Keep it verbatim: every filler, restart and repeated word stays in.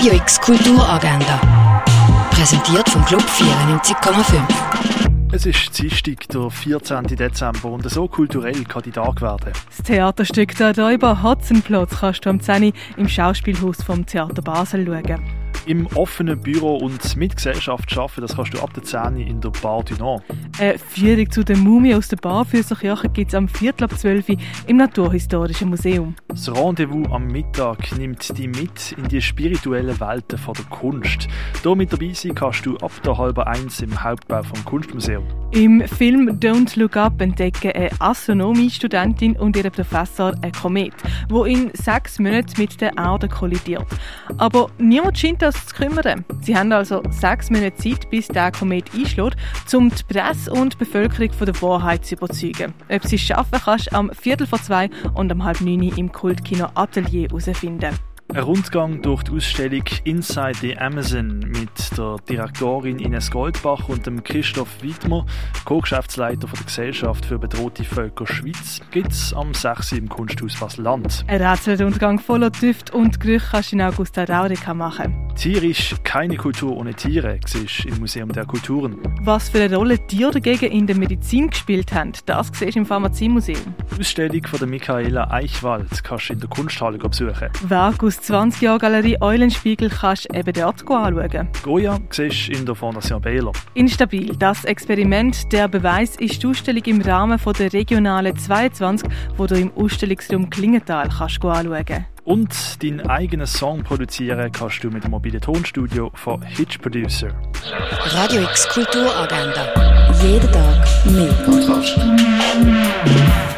Radio X Kulturagenda. Präsentiert vom Club vierundneunzig Komma fünf. Es ist Dienstag, der vierzehnten Dezember, und so kulturell kann die Tag werden. Das Theaterstück «Der Räuber Hotzenplotz» kannst du am zehn Uhr im Schauspielhaus vom Theater Basel schauen. Im offenen Büro und mit Gesellschaft arbeiten, das kannst du ab der zehn Uhr in der Bar du Nord. Eine Führung zu der Mumie aus der Barfüßerkirche gibt es am Viertel ab zwölf Uhr im Naturhistorischen Museum. Das Rendezvous am Mittag nimmt dich mit in die spirituellen Welten von der Kunst. Hier mit dabei sein kannst du ab der halben eins im Hauptbau vom Kunstmuseum. Im Film «Don't Look Up» entdecken eine Astronomiestudentin und ihr Professor einen Komet, der in sechs Monaten mit der Erde kollidiert. Aber niemand scheint das zu kümmern. Sie haben also sechs Monate Zeit, bis der Komet einschlägt, um die Presse und die Bevölkerung von der Wahrheit zu überzeugen. Ob sie es schaffen, kannst du am Viertel vor zwei und am halb neun im Kultkino Atelier herausfinden. Ein Rundgang durch die Ausstellung «Inside the Amazon» mit der Direktorin Ines Goldbach und dem Christoph Widmer, Co-Geschäftsleiter der Gesellschaft für bedrohte Völker Schweiz, gibt es am sechs Uhr im Kunsthaus Basel-Land. Ein Rätselrundgang voller Düfte und Gerüche kannst du in Augusta Raurica machen. Tierisch keine Kultur ohne Tiere, siehst du im Museum der Kulturen. Was für eine Rolle Tiere dagegen in der Medizin gespielt haben, das siehst du im Pharmaziemuseum. Die Ausstellung von der Michaela Eichwald kannst du in der Kunsthalle besuchen. Werk aus zwanzig Jahren Galerie Eulenspiegel kannst du eben dort anschauen. Goya siehst du in der Fondation Baylor. Instabil, das Experiment, der Beweis ist die Ausstellung im Rahmen von der Regionale zweiundzwanzig, wo du im Ausstellungsraum Klingenthal kannst anschauen. Und deinen eigenen Song produzieren kannst du mit dem mobilen Tonstudio von Hitch Producer. Radio X Kulturagenda. Jeden Tag mehr. Kontrast.